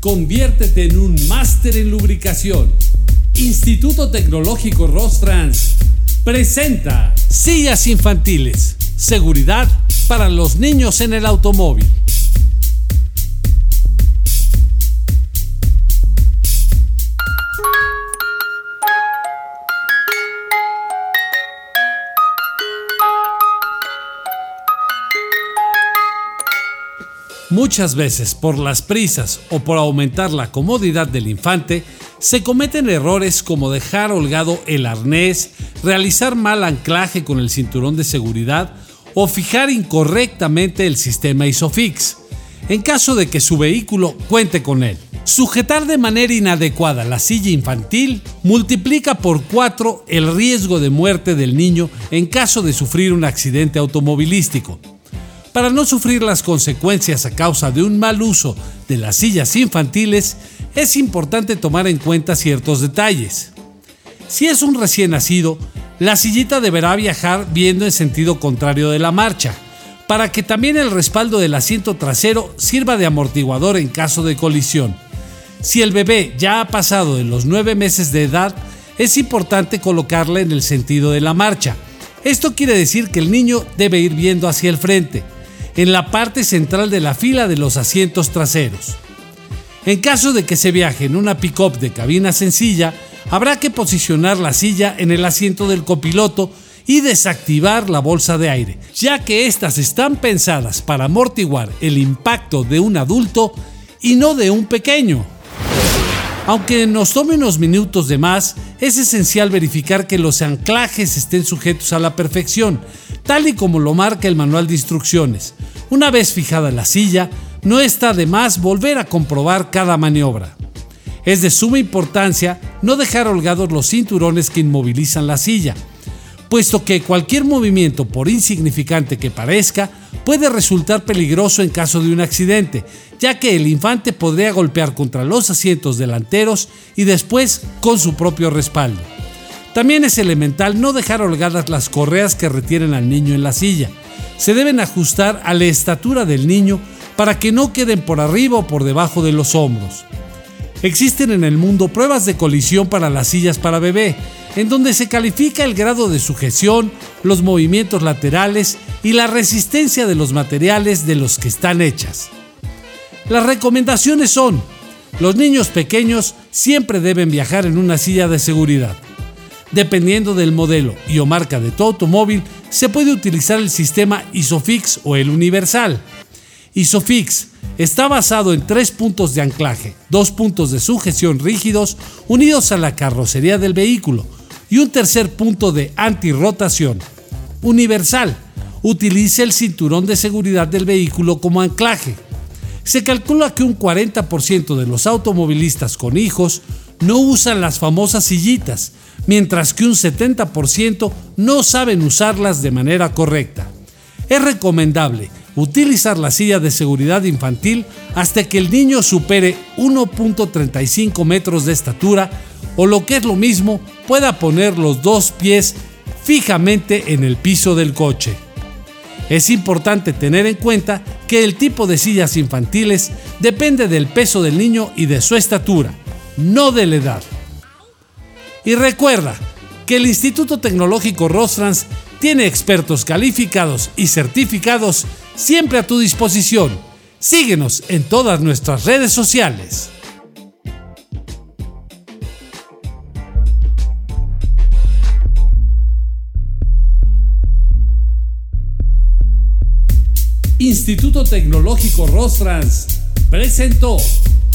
Conviértete en un máster en lubricación. Instituto Tecnológico Rostrands presenta Sillas Infantiles. Seguridad para los niños en el automóvil. Muchas veces, por las prisas o por aumentar la comodidad del infante, se cometen errores como dejar holgado el arnés, realizar mal anclaje con el cinturón de seguridad o fijar incorrectamente el sistema ISOFIX, en caso de que su vehículo cuente con él. Sujetar de manera inadecuada la silla infantil multiplica por 4 el riesgo de muerte del niño en caso de sufrir un accidente automovilístico. Para no sufrir las consecuencias a causa de un mal uso de las sillas infantiles, es importante tomar en cuenta ciertos detalles. Si es un recién nacido, la sillita deberá viajar viendo en sentido contrario de la marcha, para que también el respaldo del asiento trasero sirva de amortiguador en caso de colisión. Si el bebé ya ha pasado de los 9 meses de edad, es importante colocarla en el sentido de la marcha. Esto quiere decir que el niño debe ir viendo hacia el frente, en la parte central de la fila de los asientos traseros. En caso de que se viaje en una pick-up de cabina sencilla, habrá que posicionar la silla en el asiento del copiloto y desactivar la bolsa de aire, ya que estas están pensadas para amortiguar el impacto de un adulto y no de un pequeño. Aunque nos tome unos minutos de más, es esencial verificar que los anclajes estén sujetos a la perfección, tal y como lo marca el manual de instrucciones. Una vez fijada la silla, no está de más volver a comprobar cada maniobra. Es de suma importancia no dejar holgados los cinturones que inmovilizan la silla, puesto que cualquier movimiento, por insignificante que parezca, puede resultar peligroso en caso de un accidente, ya que el infante podría golpear contra los asientos delanteros y después con su propio respaldo. También es elemental no dejar holgadas las correas que retienen al niño en la silla. Se deben ajustar a la estatura del niño para que no queden por arriba o por debajo de los hombros. Existen en el mundo pruebas de colisión para las sillas para bebé, en donde se califica el grado de sujeción, los movimientos laterales y la resistencia de los materiales de los que están hechas. Las recomendaciones son: los niños pequeños siempre deben viajar en una silla de seguridad. Dependiendo del modelo y o marca de tu automóvil, se puede utilizar el sistema ISOFIX o el universal. ISOFIX está basado en 3 puntos de anclaje, 2 puntos de sujeción rígidos unidos a la carrocería del vehículo y un tercer punto de antirrotación. Universal utiliza el cinturón de seguridad del vehículo como anclaje. Se calcula que un 40% de los automovilistas con hijos no usan las famosas sillitas, mientras que un 70% no saben usarlas de manera correcta. Es recomendable utilizar la silla de seguridad infantil hasta que el niño supere 1.35 metros de estatura o, lo que es lo mismo, pueda poner los 2 pies fijamente en el piso del coche. Es importante tener en cuenta que el tipo de sillas infantiles depende del peso del niño y de su estatura, no de la edad. Y recuerda que el Instituto Tecnológico Rostrands tiene expertos calificados y certificados siempre a tu disposición. Síguenos en todas nuestras redes sociales. Instituto Tecnológico Rostrands presentó